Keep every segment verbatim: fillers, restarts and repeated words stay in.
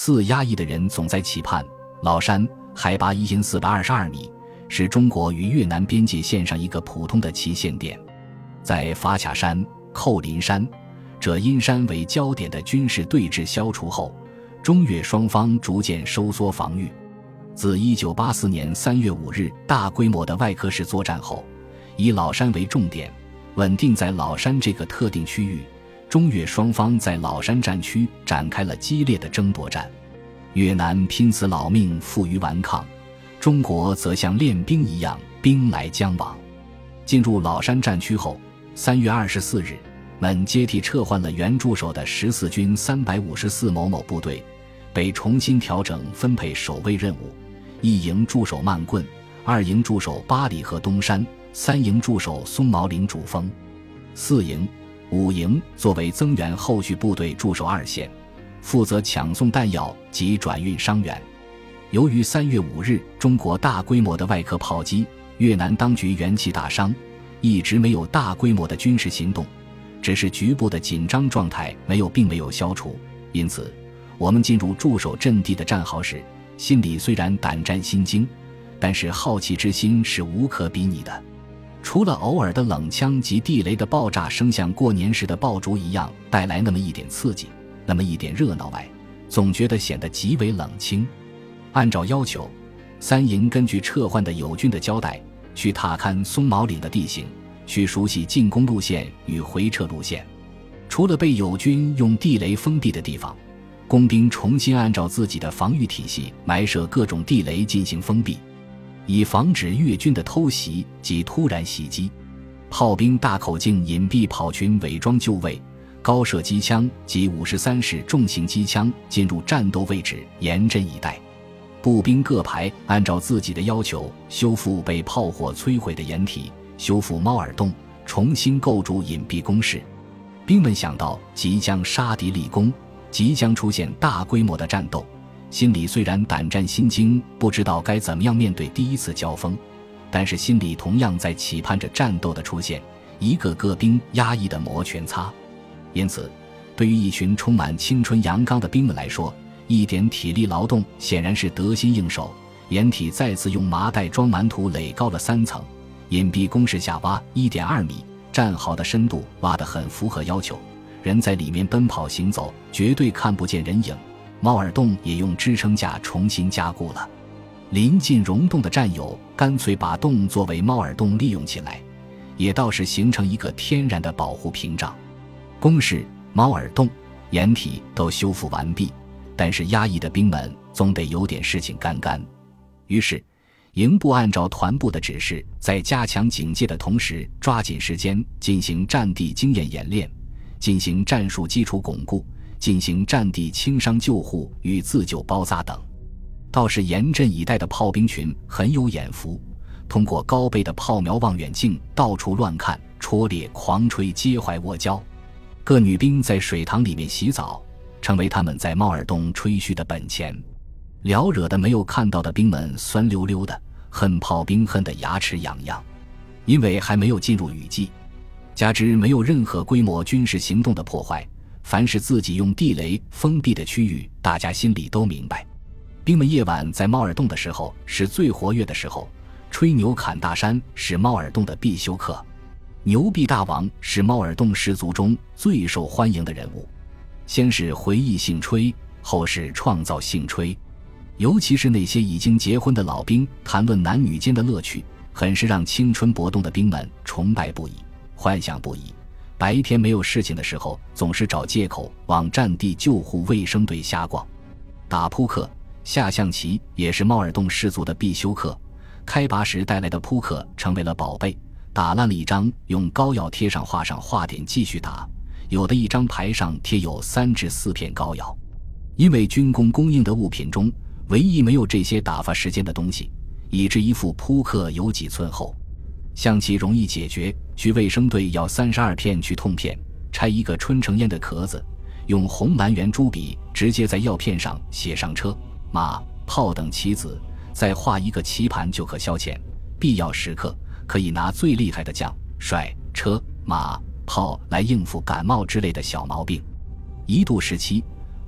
四压抑的人总在期盼。老山海拔一千四百二十二米，是中国与越南边界线上一个普通的旗线点。在法卡山、寇林山、者阴山为焦点的军事对峙消除后，中越双方逐渐收缩防御。自一九八四年三月五日大规模的外科式作战后，以老山为重点，稳定在老山这个特定区域，中越双方在老山战区展开了激烈的争夺战。越南拼死老命负隅顽抗，中国则像练兵一样兵来将往。进入老山战区后，三月二十四日，们接替撤换了原驻守的十四军三百五十四某某部队，被重新调整分配守卫任务。一营驻守曼棍，二营驻守八里河东山，三营驻守松毛岭主峰，四营、五营作为增援后续部队驻守二线，负责抢送弹药及转运伤员。由于三月五日中国大规模的外科炮击，越南当局元气大伤，一直没有大规模的军事行动，只是局部的紧张状态没有并没有消除。因此我们进入驻守阵地的战壕时，心里虽然胆战心惊，但是好奇之心是无可比拟的。除了偶尔的冷枪及地雷的爆炸声像过年时的爆竹一样带来那么一点刺激，那么一点热闹外，总觉得显得极为冷清。按照要求，三营根据撤换的友军的交代，去踏勘松毛岭的地形，去熟悉进攻路线与回撤路线。除了被友军用地雷封闭的地方，工兵重新按照自己的防御体系埋设各种地雷进行封闭，以防止越军的偷袭及突然袭击。炮兵大口径隐蔽跑群伪装就位，高射机枪及五十三式重型机枪进入战斗位置，严阵以待。步兵各排按照自己的要求修复被炮火摧毁的掩体，修复猫耳洞，重新构筑隐蔽工事。兵们想到即将杀敌立功，即将出现大规模的战斗，心里虽然胆战心惊，不知道该怎么样面对第一次交锋，但是心里同样在期盼着战斗的出现，一个个兵压抑的摩拳擦。因此对于一群充满青春阳刚的兵们来说，一点体力劳动显然是得心应手。掩体再次用麻袋装满土垒高了三层，隐蔽工事下挖 一点二米，战壕的深度挖得很符合要求，人在里面奔跑行走绝对看不见人影。猫耳洞也用支撑架重新加固了。临近溶洞的战友干脆把洞作为猫耳洞利用起来，也倒是形成一个天然的保护屏障。工事、猫耳洞、掩体都修复完毕，但是压抑的兵们总得有点事情干干。于是营部按照团部的指示，在加强警戒的同时，抓紧时间进行战地经验演练，进行战术基础巩固，进行战地轻伤救护与自救包扎等。倒是严阵以待的炮兵群很有眼福，通过高倍的炮瞄望远镜到处乱看，戳裂狂吹接怀握交。各女兵在水塘里面洗澡，成为他们在猫耳洞吹嘘的本钱。撩惹的没有看到的兵们酸溜溜的，恨炮兵恨得牙齿痒痒。因为还没有进入雨季，加之没有任何规模军事行动的破坏，凡是自己用地雷封闭的区域，大家心里都明白。兵们夜晚在猫耳洞的时候是最活跃的时候，吹牛砍大山是猫耳洞的必修课。牛臂大王是猫耳洞氏族中最受欢迎的人物，先是回忆性吹，后是创造性吹。尤其是那些已经结婚的老兵谈论男女间的乐趣，很是让青春搏动的兵们崇拜不已，幻想不已。白天没有事情的时候，总是找借口往战地救护卫生队瞎逛。打扑克、下象棋也是猫耳洞氏族的必修课，开拔时带来的扑克成为了宝贝，打烂了一张用膏药贴上画上画点继续打，有的一张牌上贴有三至四片膏药。因为军工供应的物品中唯一没有这些打发时间的东西，以致一副扑克有几寸厚。象棋容易解决，去卫生队要三十二片去痛片，拆一个春城烟的壳子，用红蓝圆珠笔直接在药片上写上车、马、炮等棋子，再画一个棋盘就可消遣。必要时刻可以拿最厉害的将、帅、车、马、炮来应付感冒之类的小毛病。一度时期，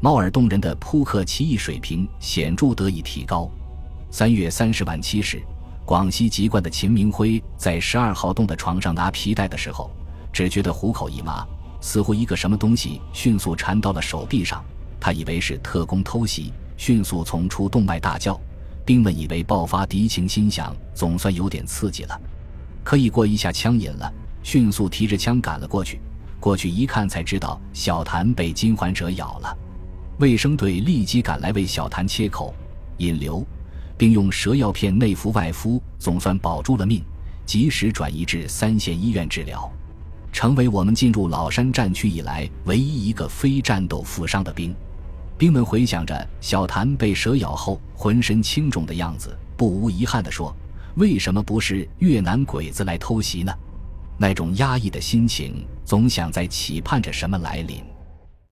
猫耳洞人的扑克棋艺水平显著得以提高。三月三十晚七时，广西籍贯的秦明辉在十二号洞的床上拿皮带的时候，只觉得虎口一麻，似乎一个什么东西迅速缠到了手臂上，他以为是特工偷袭，迅速从出洞外大叫。兵们以为爆发敌情，心想总算有点刺激了，可以过一下枪瘾了，迅速提着枪赶了过去。过去一看才知道小谭被金环蛇咬了，卫生队立即赶来为小谭切口引流，并用蛇药片内服外敷，总算保住了命，及时转移至三县医院治疗，成为我们进入老山战区以来唯一一个非战斗负伤的兵。兵们回想着小谭被蛇咬后浑身青肿的样子，不无遗憾地说，为什么不是越南鬼子来偷袭呢？那种压抑的心情总想在期盼着什么来临。